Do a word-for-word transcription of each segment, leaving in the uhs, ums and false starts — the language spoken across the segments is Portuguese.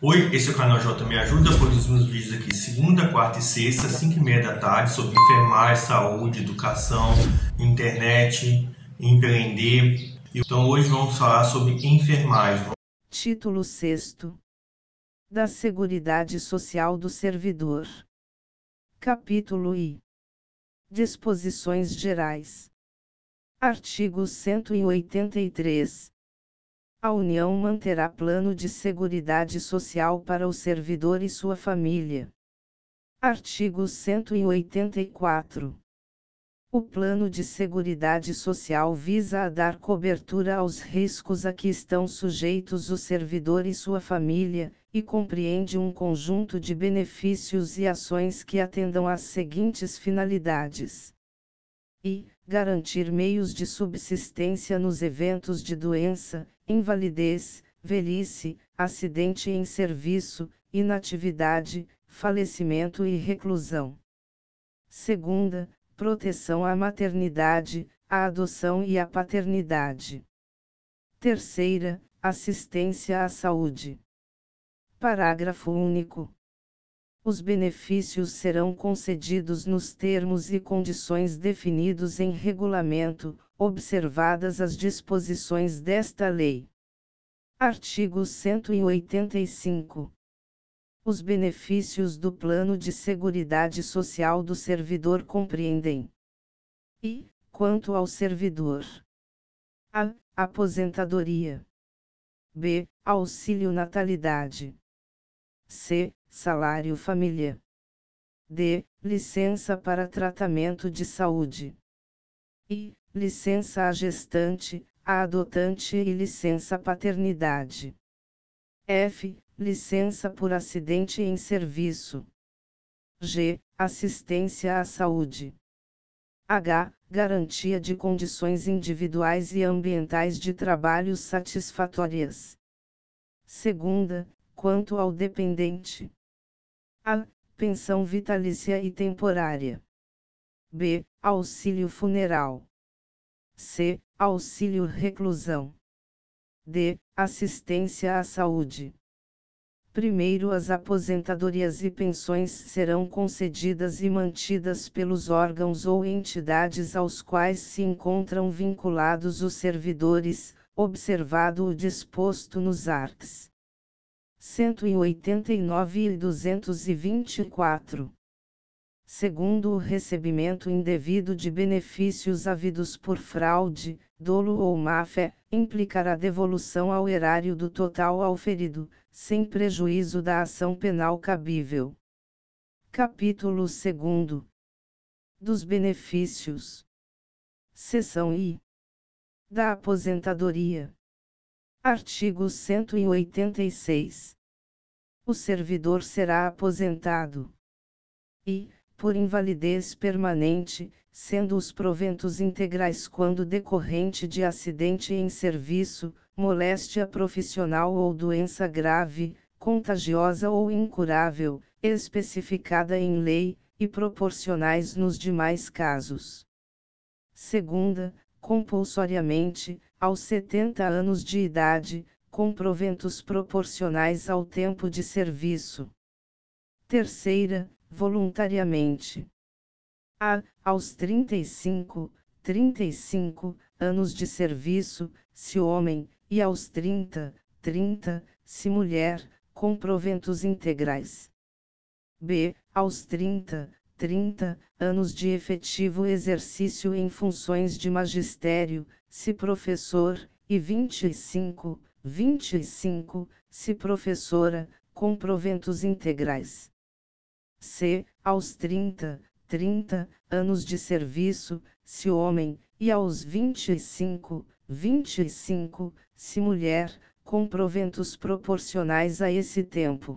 Oi, esse é o canal J Me Ajuda, produzo meus vídeos aqui segunda, quarta e sexta, cinco e meia da tarde, sobre enfermagem, saúde, educação, internet, empreender. Então hoje vamos falar sobre enfermagem. Título sexto da Seguridade Social do Servidor. Capítulo I. Disposições Gerais. Artigo cento e oitenta e três. A União manterá plano de seguridade social para o servidor e sua família. Artigo cento e oitenta e quatro. O Plano de Seguridade Social visa a dar cobertura aos riscos a que estão sujeitos o servidor e sua família, e compreende um conjunto de benefícios e ações que atendam às seguintes finalidades: I. Garantir meios de subsistência nos eventos de doença, invalidez, velhice, acidente em serviço, inatividade, falecimento e reclusão. Segunda, proteção à maternidade, à adoção e à paternidade. Terceira, assistência à saúde. Parágrafo único. Os benefícios serão concedidos nos termos e condições definidos em regulamento, observadas as disposições desta lei. Artigo cento e oitenta e cinco. Os benefícios do Plano de Seguridade Social do servidor compreendem: I. Quanto ao servidor: A. Aposentadoria. B. Auxílio natalidade. C. Salário família. D. Licença para tratamento de saúde. I. Licença à gestante, à adotante e licença paternidade. F. Licença por acidente em serviço. G. Assistência à saúde. H. Garantia de condições individuais e ambientais de trabalho satisfatórias. Segunda, quanto ao dependente: A. Pensão vitalícia e temporária. B. Auxílio funeral. C. Auxílio reclusão. D. Assistência à saúde. Primeiro, as aposentadorias e pensões serão concedidas e mantidas pelos órgãos ou entidades aos quais se encontram vinculados os servidores, observado o disposto nos arts. cento e oitenta e nove e duzentos e vinte e quatro. Segundo, o recebimento indevido de benefícios havidos por fraude, dolo ou má-fé, implicará devolução ao erário do total auferido, sem prejuízo da ação penal cabível. Capítulo segundo. Dos benefícios. Seção I. Da aposentadoria. Artigo cento e oitenta e seis. O servidor será aposentado: I. Por invalidez permanente, sendo os proventos integrais quando decorrente de acidente em serviço, moléstia profissional ou doença grave, contagiosa ou incurável, especificada em lei, e proporcionais nos demais casos. Segunda, compulsoriamente, aos setenta anos de idade, com proventos proporcionais ao tempo de serviço. Terceira, voluntariamente. A. Aos trinta e cinco, trinta e cinco anos de serviço, se homem, e aos trinta, trinta, se mulher, com proventos integrais. B. Aos trinta, trinta anos de efetivo exercício em funções de magistério, se professor, e vinte e cinco, vinte e cinco, se professora, com proventos integrais. C. Aos trinta, trinta anos de serviço, se homem, e aos vinte e cinco, vinte e cinco, se mulher, com proventos proporcionais a esse tempo.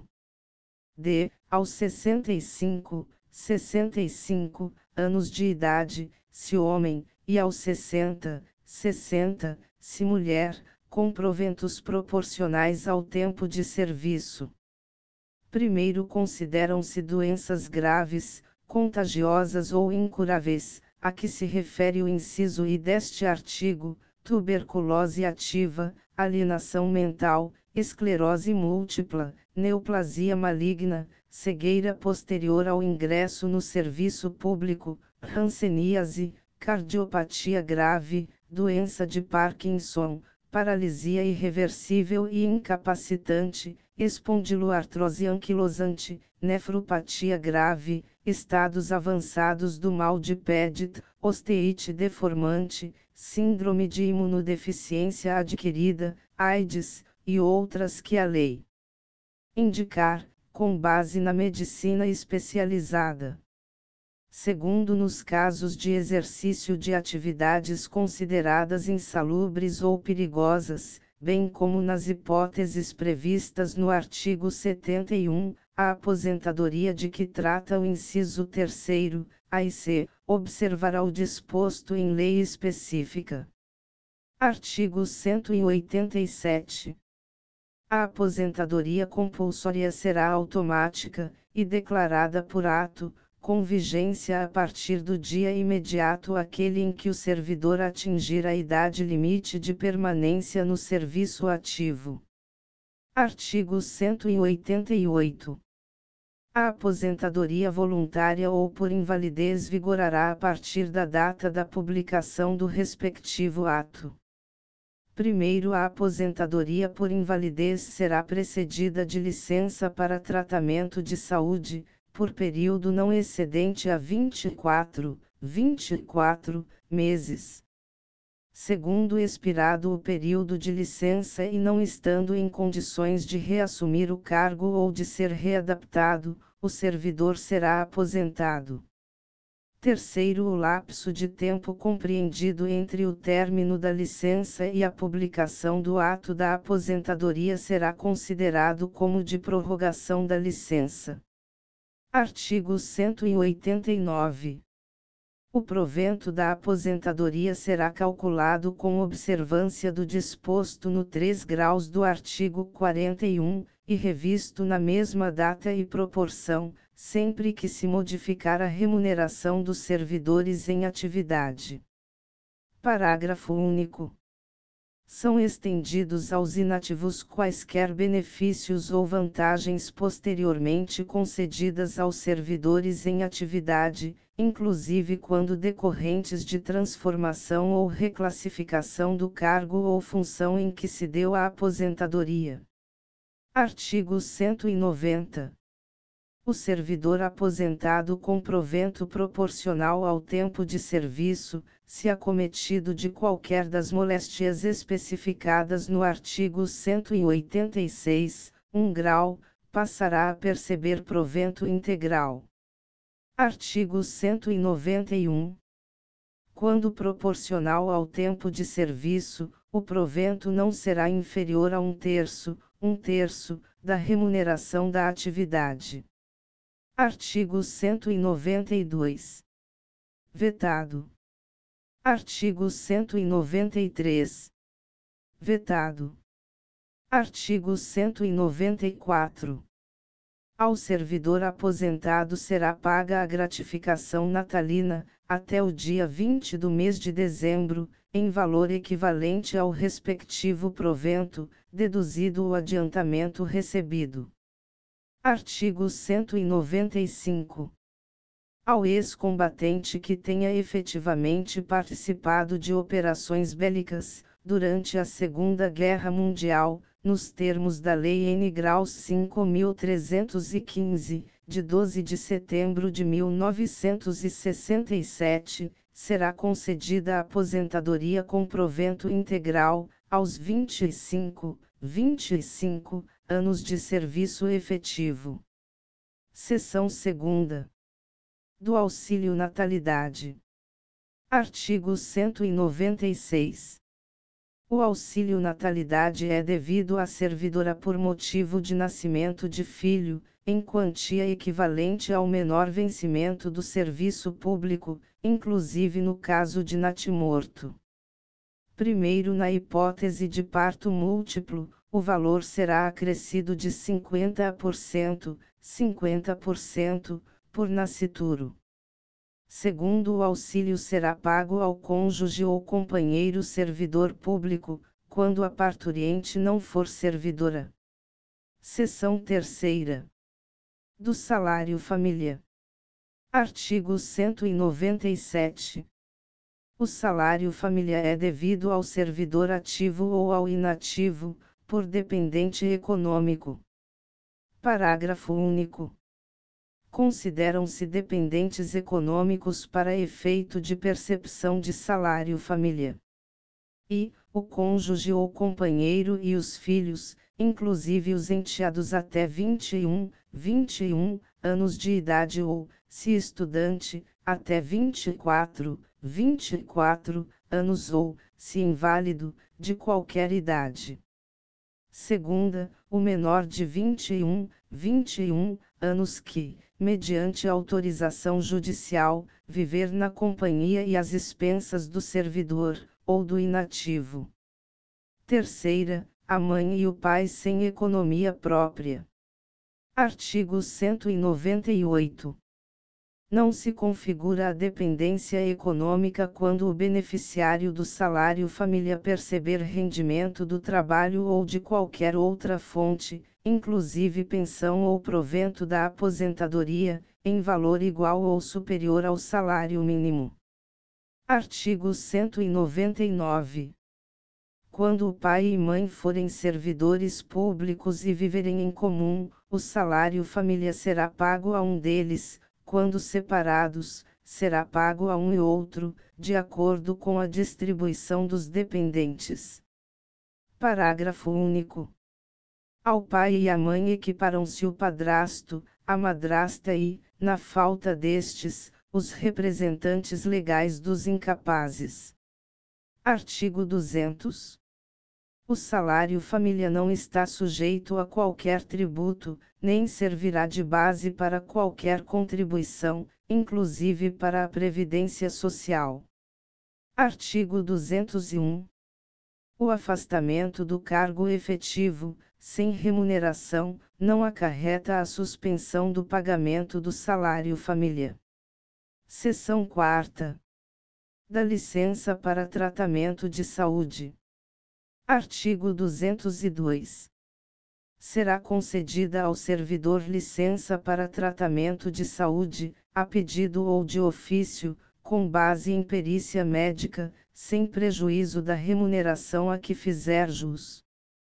D. Aos sessenta e cinco, sessenta e cinco anos de idade, se homem, e aos sessenta, sessenta, se mulher, com proventos proporcionais ao tempo de serviço. Primeiro, consideram-se doenças graves, contagiosas ou incuráveis, a que se refere o inciso I deste artigo: tuberculose ativa, alienação mental, esclerose múltipla, neoplasia maligna, cegueira posterior ao ingresso no serviço público, hanseníase, cardiopatia grave, doença de Parkinson, paralisia irreversível e incapacitante, espondiloartrose anquilosante, nefropatia grave, estados avançados do mal de Paget, osteite deformante, síndrome de imunodeficiência adquirida, AIDS, e outras que a lei indicar, com base na medicina especializada. Segundo, nos casos de exercício de atividades consideradas insalubres ou perigosas, bem como nas hipóteses previstas no artigo setenta e um, a aposentadoria de que trata o inciso terceiro, A e C, observará o disposto em lei específica. Artigo cento e oitenta e sete. A aposentadoria compulsória será automática, e declarada por ato, com vigência a partir do dia imediato àquele em que o servidor atingir a idade limite de permanência no serviço ativo. Artigo cento e oitenta e oito. A aposentadoria voluntária ou por invalidez vigorará a partir da data da publicação do respectivo ato. Primeiro, a aposentadoria por invalidez será precedida de licença para tratamento de saúde, por período não excedente a vinte e quatro, vinte e quatro meses. Segundo, expirado o período de licença e não estando em condições de reassumir o cargo ou de ser readaptado, o servidor será aposentado. Terceiro, o lapso de tempo compreendido entre o término da licença e a publicação do ato da aposentadoria será considerado como de prorrogação da licença. Artigo cento e oitenta e nove. O provento da aposentadoria será calculado com observância do disposto no três graus do artigo quarenta e um, e revisto na mesma data e proporção, sempre que se modificar a remuneração dos servidores em atividade. Parágrafo único. São estendidos aos inativos quaisquer benefícios ou vantagens posteriormente concedidas aos servidores em atividade, inclusive quando decorrentes de transformação ou reclassificação do cargo ou função em que se deu a aposentadoria. Artigo cento e noventa. O servidor aposentado com provento proporcional ao tempo de serviço, se acometido de qualquer das moléstias especificadas no artigo cento e oitenta e seis, um grau, passará a perceber provento integral. Artigo cento e noventa e um. Quando proporcional ao tempo de serviço, o provento não será inferior a um terço, um terço, da remuneração da atividade. Artigo cento e noventa e dois. Vetado. Artigo cento e noventa e três. Vetado. Artigo cento e noventa e quatro. Ao servidor aposentado será paga a gratificação natalina, até o dia vinte do mês de dezembro, em valor equivalente ao respectivo provento, deduzido o adiantamento recebido. Artigo cento e noventa e cinco. Ao ex-combatente que tenha efetivamente participado de operações bélicas, durante a Segunda Guerra Mundial, nos termos da Lei N. Graus cinco mil trezentos e quinze, de doze de setembro de mil novecentos e sessenta e sete, será concedida a aposentadoria com provento integral, aos vinte e cinco, vinte e cinco, anos de serviço efetivo. Seção segunda. Do auxílio natalidade. Artigo cento e noventa e seis. O auxílio natalidade é devido à servidora por motivo de nascimento de filho, em quantia equivalente ao menor vencimento do serviço público, inclusive no caso de natimorto. Primeiro, na hipótese de parto múltiplo, o valor será acrescido de cinquenta por cento, cinquenta por cento, por nascituro. Segundo, o auxílio será pago ao cônjuge ou companheiro servidor público, quando a parturiente não for servidora. Seção terceira. Do salário família. Artigo cento e noventa e sete. O salário família é devido ao servidor ativo ou ao inativo, por dependente econômico. Parágrafo único. Consideram-se dependentes econômicos para efeito de percepção de salário família. E, o cônjuge ou companheiro e os filhos, inclusive os enteados até vinte e um, vinte e um anos de idade ou, se estudante, até vinte e quatro, vinte e quatro anos ou, se inválido, de qualquer idade. Segunda, o menor de vinte e um, vinte e um anos que, mediante autorização judicial, viver na companhia e às expensas do servidor, ou do inativo. Terceira, a mãe e o pai sem economia própria. Artigo cento e noventa e oito. Não se configura a dependência econômica quando o beneficiário do salário família perceber rendimento do trabalho ou de qualquer outra fonte, inclusive pensão ou provento da aposentadoria, em valor igual ou superior ao salário mínimo. Artigo cento e noventa e nove. Quando o pai e mãe forem servidores públicos e viverem em comum, o salário família será pago a um deles. Quando separados, será pago a um e outro, de acordo com a distribuição dos dependentes. Parágrafo único. Ao pai e à mãe equiparam-se o padrasto, a madrasta e, na falta destes, os representantes legais dos incapazes. Artigo duzentos. O salário família não está sujeito a qualquer tributo, nem servirá de base para qualquer contribuição, inclusive para a Previdência Social. Artigo duzentos e um. O afastamento do cargo efetivo, sem remuneração, não acarreta a suspensão do pagamento do salário família. Seção quarta. Da licença para tratamento de saúde. Artigo duzentos e dois. Será concedida ao servidor licença para tratamento de saúde, a pedido ou de ofício, com base em perícia médica, sem prejuízo da remuneração a que fizer jus.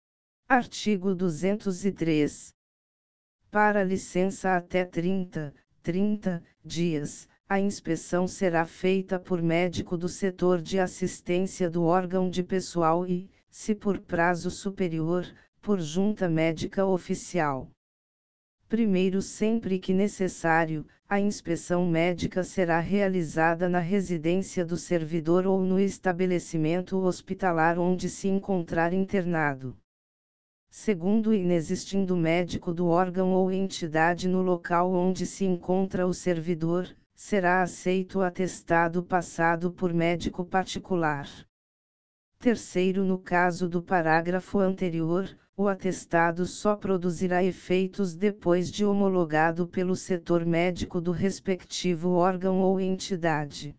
Artigo duzentos e três. Para licença até trinta, trinta dias, a inspeção será feita por médico do setor de assistência do órgão de pessoal e, se por prazo superior, por junta médica oficial. Primeiro, sempre que necessário, a inspeção médica será realizada na residência do servidor ou no estabelecimento hospitalar onde se encontrar internado. Segundo, inexistindo médico do órgão ou entidade no local onde se encontra o servidor, será aceito o atestado passado por médico particular. Terceiro, no caso do parágrafo anterior, o atestado só produzirá efeitos depois de homologado pelo setor médico do respectivo órgão ou entidade.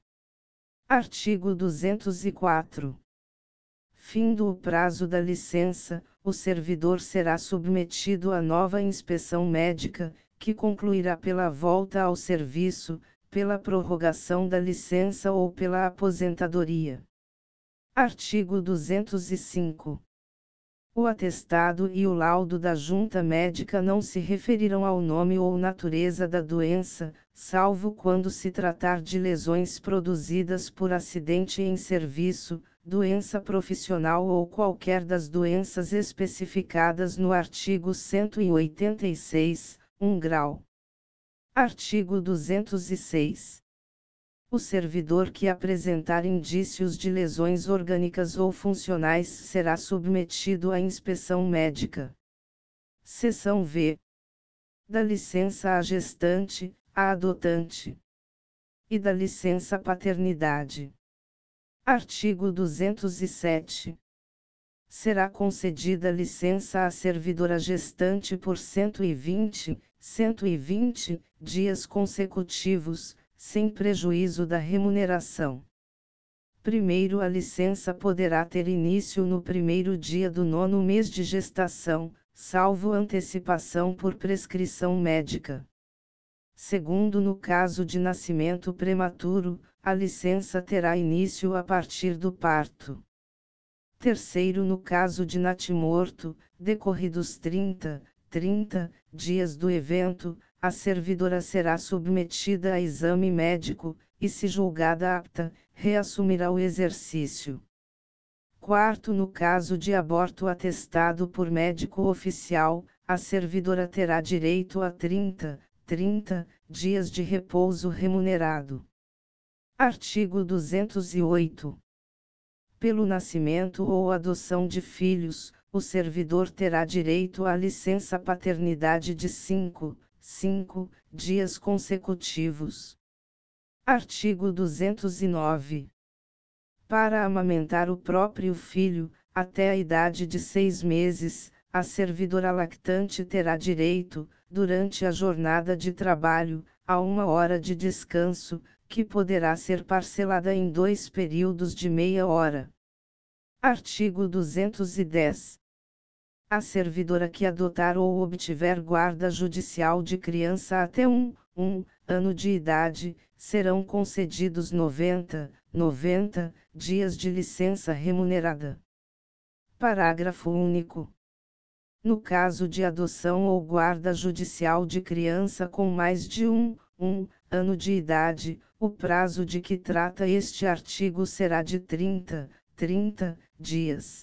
Artigo duzentos e quatro. Findo o prazo da licença, o servidor será submetido a nova inspeção médica, que concluirá pela volta ao serviço, pela prorrogação da licença ou pela aposentadoria. Artigo duzentos e cinco. O atestado e o laudo da junta médica não se referirão ao nome ou natureza da doença, salvo quando se tratar de lesões produzidas por acidente em serviço, doença profissional ou qualquer das doenças especificadas no artigo cento e oitenta e seis, um grau. Artigo duzentos e seis. O servidor que apresentar indícios de lesões orgânicas ou funcionais será submetido à inspeção médica. Seção V. Da licença à gestante, à adotante. E da licença paternidade. Artigo duzentos e sete. Será concedida licença à servidora gestante por cento e vinte, cento e vinte dias consecutivos, sem prejuízo da remuneração. Primeiro, a licença poderá ter início no primeiro dia do nono mês de gestação, salvo antecipação por prescrição médica. Segundo, no caso de nascimento prematuro, a licença terá início a partir do parto. Terceiro, no caso de natimorto, decorridos trinta, trinta dias do evento, a servidora será submetida a exame médico, e se julgada apta, reassumirá o exercício. Quarto, no caso de aborto atestado por médico oficial, a servidora terá direito a trinta, trinta dias de repouso remunerado. Artigo duzentos e oito. Pelo nascimento ou adoção de filhos, o servidor terá direito à licença paternidade de cinco, cinco dias consecutivos. Artigo duzentos e nove. Para amamentar o próprio filho, até a idade de seis meses, a servidora lactante terá direito, durante a jornada de trabalho, a uma hora de descanso, que poderá ser parcelada em dois períodos de meia hora. Artigo duzentos e dez. A servidora que adotar ou obtiver guarda judicial de criança até um, um ano de idade, serão concedidos noventa, noventa dias de licença remunerada. Parágrafo único. No caso de adoção ou guarda judicial de criança com mais de um, um ano de idade, o prazo de que trata este artigo será de trinta, trinta dias.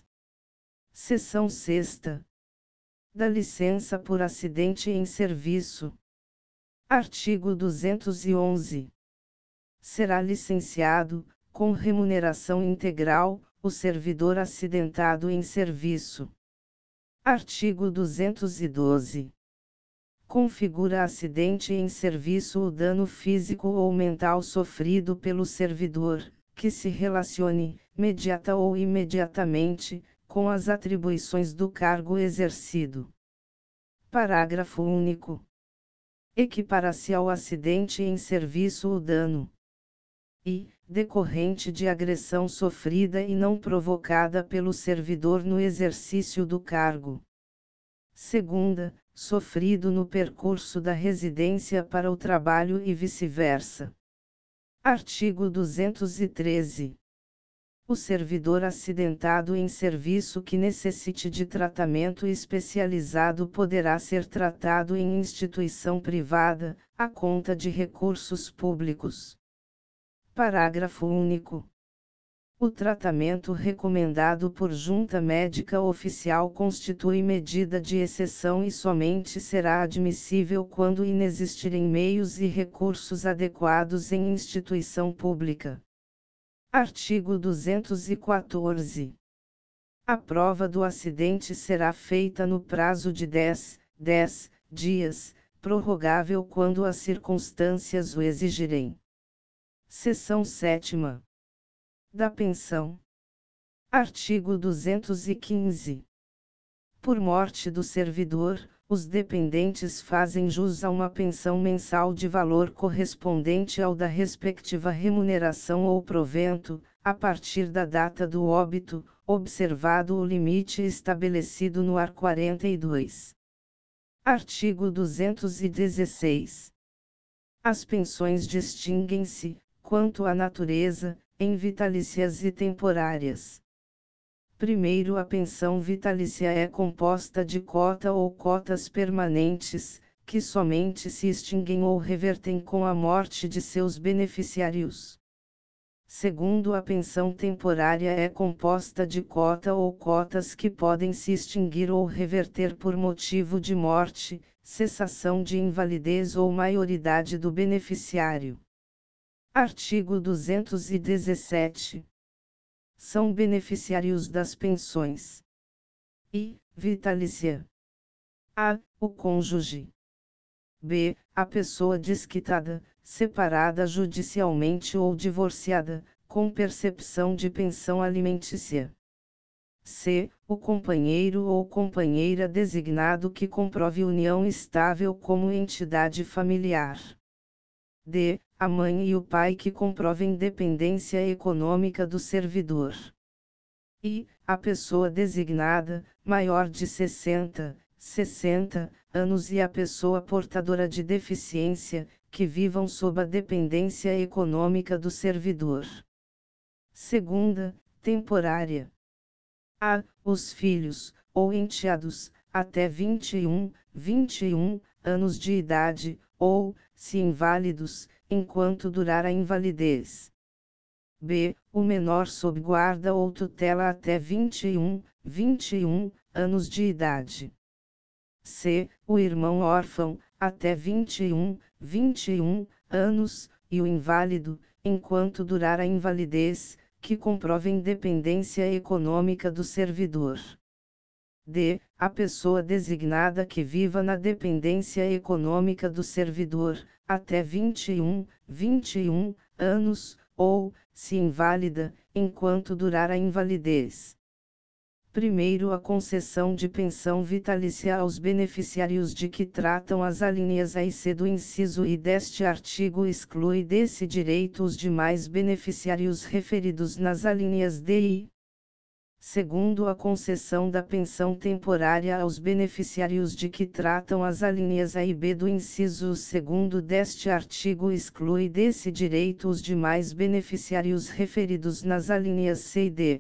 Seção sexta. Da licença por acidente em serviço. Artigo duzentos e onze. Será licenciado, com remuneração integral, o servidor acidentado em serviço. Artigo duzentos e doze. Configura acidente em serviço o dano físico ou mental sofrido pelo servidor, que se relacione, mediata ou imediatamente, com as atribuições do cargo exercido. Parágrafo único. Equipara-se ao acidente em serviço o dano I, decorrente de agressão sofrida e não provocada pelo servidor no exercício do cargo. Segunda, sofrido no percurso da residência para o trabalho e vice-versa. Artigo duzentos e treze. O servidor acidentado em serviço que necessite de tratamento especializado poderá ser tratado em instituição privada, à conta de recursos públicos. Parágrafo único. O tratamento recomendado por junta médica oficial constitui medida de exceção e somente será admissível quando inexistirem meios e recursos adequados em instituição pública. Artigo duzentos e quatorze. A prova do acidente será feita no prazo de dez, dez dias, prorrogável quando as circunstâncias o exigirem. Seção sétima. Da pensão. Artigo duzentos e quinze. Por morte do servidor, os dependentes fazem jus a uma pensão mensal de valor correspondente ao da respectiva remuneração ou provento, a partir da data do óbito, observado o limite estabelecido no art. quarenta e dois. Artigo duzentos e dezesseis. As pensões distinguem-se, quanto à natureza, em vitalícias e temporárias. Primeiro, a pensão vitalícia é composta de cota ou cotas permanentes, que somente se extinguem ou revertem com a morte de seus beneficiários. Segundo, a pensão temporária é composta de cota ou cotas que podem se extinguir ou reverter por motivo de morte, cessação de invalidez ou maioridade do beneficiário. Artigo duzentos e dezessete. São beneficiários das pensões I, vitalícia. A, o cônjuge. B, a pessoa desquitada, separada judicialmente ou divorciada, com percepção de pensão alimentícia. C, o companheiro ou companheira designado que comprove união estável como entidade familiar. D, a mãe e o pai que comprovem dependência econômica do servidor. E, a pessoa designada, maior de sessenta, sessenta anos e a pessoa portadora de deficiência, que vivam sob a dependência econômica do servidor. Segunda, temporária. A. Os filhos, ou enteados, até vinte e um, vinte e um anos de idade, ou, se inválidos, enquanto durar a invalidez. B. O menor sob guarda ou tutela até vinte e um, vinte e um anos de idade. C. O irmão órfão, até vinte e um, vinte e um anos, e o inválido, enquanto durar a invalidez, que comprovem dependência econômica do servidor. D. A pessoa designada que viva na dependência econômica do servidor, até vinte e um, vinte e um anos, ou, se inválida, enquanto durar a invalidez. Primeiro, a concessão de pensão vitalícia aos beneficiários de que tratam as alíneas A e C do inciso I deste artigo exclui desse direito os demais beneficiários referidos nas alíneas D e I. Segundo, a concessão da pensão temporária aos beneficiários de que tratam as alíneas A e B do inciso segundo deste artigo exclui desse direito os demais beneficiários referidos nas alíneas C e D.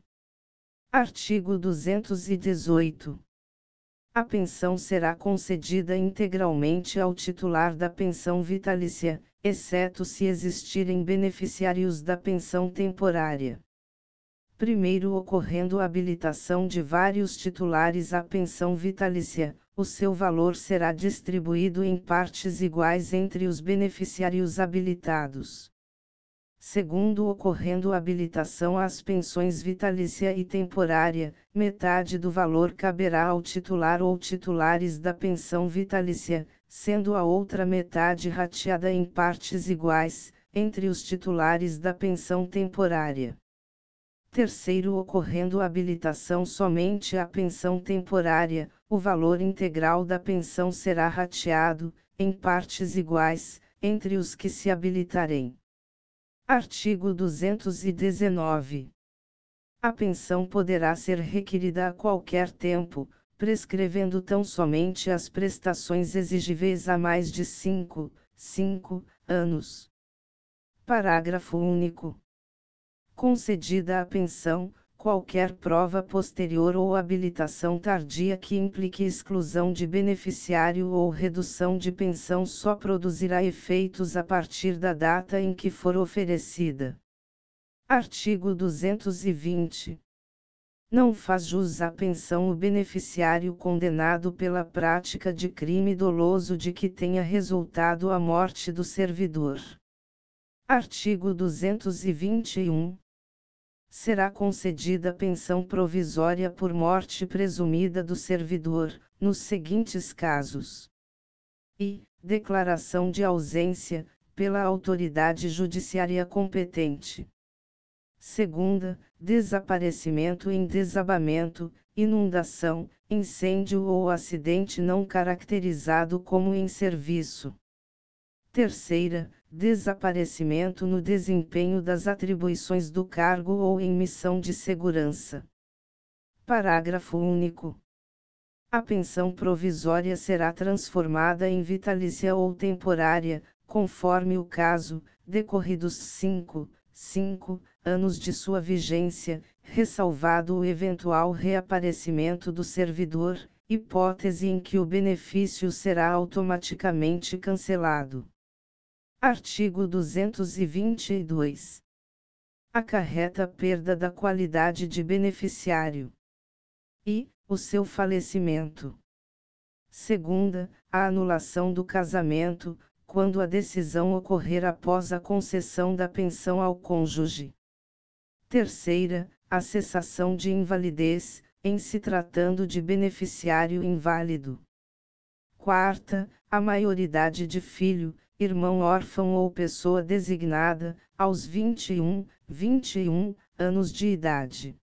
Artigo duzentos e dezoito. A pensão será concedida integralmente ao titular da pensão vitalícia, exceto se existirem beneficiários da pensão temporária. Primeiro, ocorrendo a habilitação de vários titulares à pensão vitalícia, o seu valor será distribuído em partes iguais entre os beneficiários habilitados. Segundo, ocorrendo a habilitação às pensões vitalícia e temporária, metade do valor caberá ao titular ou titulares da pensão vitalícia, sendo a outra metade rateada em partes iguais, entre os titulares da pensão temporária. Terceiro, ocorrendo a habilitação somente à pensão temporária, o valor integral da pensão será rateado, em partes iguais, entre os que se habilitarem. Artigo duzentos e dezenove. A pensão poderá ser requerida a qualquer tempo, prescrevendo tão somente as prestações exigíveis há mais de cinco, cinco anos. Parágrafo único. Concedida a pensão, qualquer prova posterior ou habilitação tardia que implique exclusão de beneficiário ou redução de pensão só produzirá efeitos a partir da data em que for oferecida. Artigo duzentos e vinte. Não faz jus à pensão o beneficiário condenado pela prática de crime doloso de que tenha resultado a morte do servidor. Artigo duzentos e vinte e um. Será concedida pensão provisória por morte presumida do servidor, nos seguintes casos: I. Declaração de ausência, pela autoridade judiciária competente. Segunda, desaparecimento em desabamento, inundação, incêndio ou acidente não caracterizado como em serviço. Terceira, desaparecimento no desempenho das atribuições do cargo ou em missão de segurança. Parágrafo único. A pensão provisória será transformada em vitalícia ou temporária, conforme o caso, decorridos cinco, cinco anos de sua vigência, ressalvado o eventual reaparecimento do servidor, hipótese em que o benefício será automaticamente cancelado. Artigo duzentos e vinte e dois. Acarreta perda da qualidade de beneficiário. I. O seu falecimento. Segunda, a anulação do casamento, quando a decisão ocorrer após a concessão da pensão ao cônjuge. Terceira, a cessação de invalidez, em se tratando de beneficiário inválido. Quarta, a maioridade de filho, irmão órfão ou pessoa designada, aos vinte e um, vinte e um anos de idade.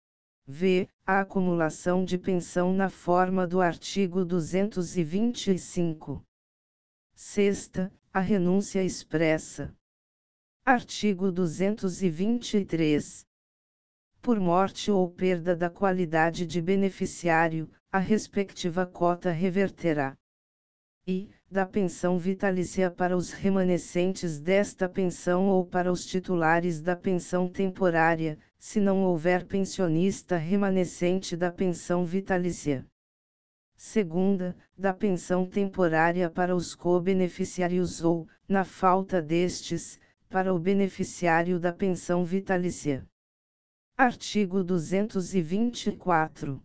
V. A acumulação de pensão na forma do artigo duzentos e vinte e cinco. Sexta, a renúncia expressa. Artigo duzentos e vinte e três. por morte ou perda da qualidade de beneficiário, a respectiva cota reverterá. E, da pensão vitalícia para os remanescentes desta pensão ou para os titulares da pensão temporária, se não houver pensionista remanescente da pensão vitalícia. Segunda, da pensão temporária para os co-beneficiários ou, na falta destes, para o beneficiário da pensão vitalícia. Artigo duzentos e vinte e quatro.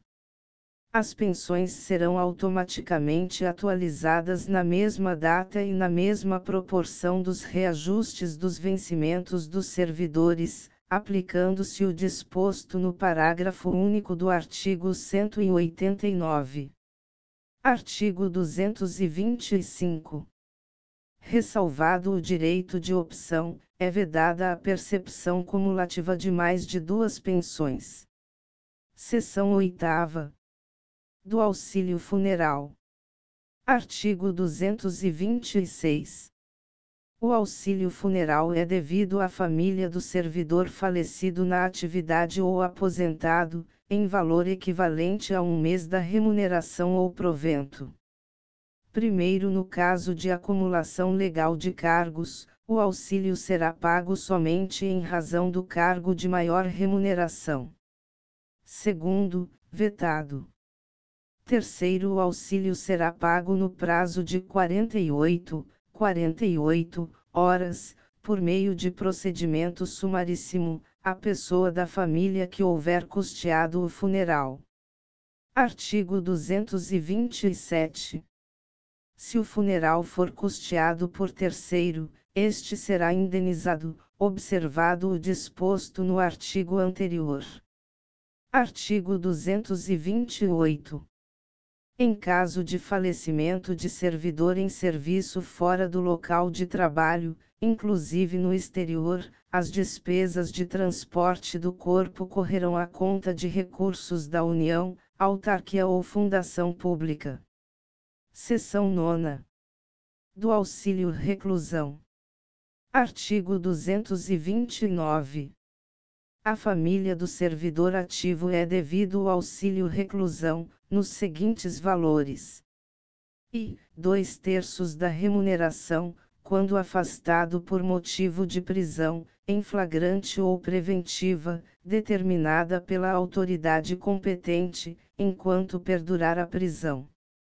As pensões serão automaticamente atualizadas na mesma data e na mesma proporção dos reajustes dos vencimentos dos servidores, aplicando-se o disposto no parágrafo único do artigo cento e oitenta e nove. Artigo duzentos e vinte e cinco. Ressalvado o direito de opção, é vedada a percepção cumulativa de mais de duas pensões. Seção oitava. Do auxílio funeral. Artigo duzentos e vinte e seis. O auxílio funeral é devido à família do servidor falecido na atividade ou aposentado, em valor equivalente a um mês da remuneração ou provento. Primeiro, no caso de acumulação legal de cargos, o auxílio será pago somente em razão do cargo de maior remuneração. Segundo, vetado. Terceiro, o auxílio será pago no prazo de quarenta e oito, quarenta e oito horas, por meio de procedimento sumaríssimo, à pessoa da família que houver custeado o funeral. Artigo duzentos e vinte e sete. Se o funeral for custeado por terceiro, este será indenizado, observado o disposto no artigo anterior. Artigo duzentos e vinte e oito. Em caso de falecimento de servidor em serviço fora do local de trabalho, inclusive no exterior, as despesas de transporte do corpo correrão à conta de recursos da União, autarquia ou fundação pública. Seção nona. Do auxílio reclusão. Artigo duzentos e vinte e nove. A família do servidor ativo é devido o auxílio reclusão, nos seguintes valores. I. Dois terços da remuneração, quando afastado por motivo de prisão, em flagrante ou preventiva, determinada pela autoridade competente, enquanto perdurar a prisão.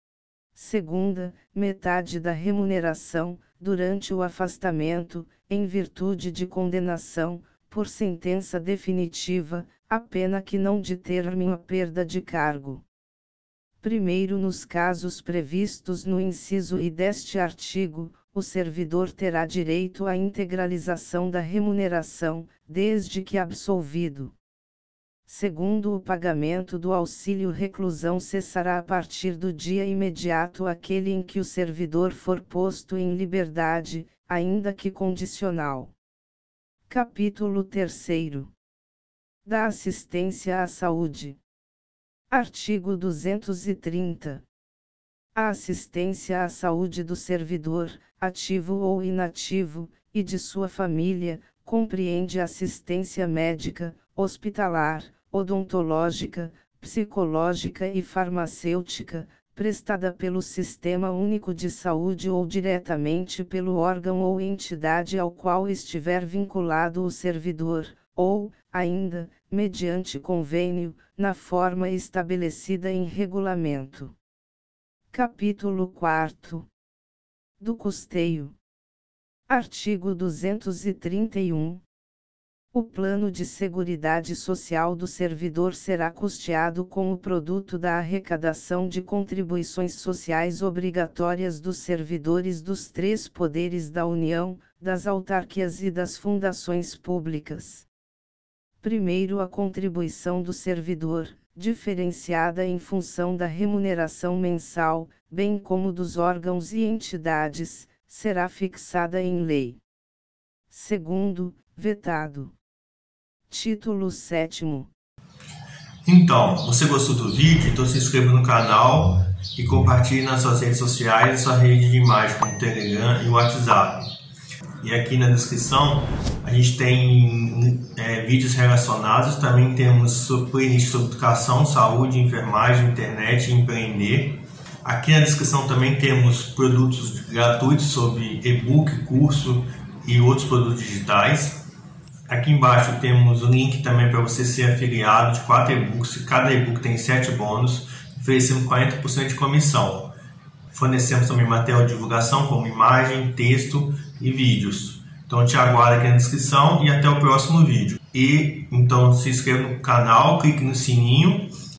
Segunda, metade da remuneração, durante o afastamento, em virtude de condenação, por sentença definitiva, a pena que não determine a perda de cargo. Primeiro, nos casos previstos no inciso I deste artigo, o servidor terá direito à integralização da remuneração, desde que absolvido. Segundo, o pagamento do auxílio reclusão cessará a partir do dia imediato àquele em que o servidor for posto em liberdade, ainda que condicional. Capítulo terceiro. Da assistência à saúde. Artigo duzentos e trinta. A assistência à saúde do servidor, ativo ou inativo, e de sua família, compreende assistência médica, hospitalar, odontológica, psicológica e farmacêutica, prestada pelo Sistema Único de Saúde ou diretamente pelo órgão ou entidade ao qual estiver vinculado o servidor, ou, ainda, mediante convênio, na forma estabelecida em regulamento. Capítulo quarto. Do custeio. Artigo duzentos e trinta e um. O plano de seguridade social do servidor será custeado com o produto da arrecadação de contribuições sociais obrigatórias dos servidores dos três poderes da União, das autarquias e das fundações públicas. Primeiro, a contribuição do servidor, diferenciada em função da remuneração mensal, bem como dos órgãos e entidades, será fixada em lei. Segundo, vetado. Título sétimo. Então, você gostou do vídeo? Então se inscreva no canal e compartilhe nas suas redes sociais e sua rede de imagem como o Telegram e o WhatsApp. E aqui na descrição a gente tem é, vídeos relacionados, também temos sobre playlist sobre educação, saúde, enfermagem, internet e empreender. Aqui na descrição também temos produtos gratuitos sobre e-book, curso e outros produtos digitais. Aqui embaixo temos o link também para você ser afiliado de quatro e-books. Cada e-book tem sete bônus, oferecendo quarenta por cento de comissão. Fornecemos também material de divulgação como imagem, texto e vídeos. Então te aguardo aqui na descrição e até o próximo vídeo. E então se inscreva no canal, clique no sininho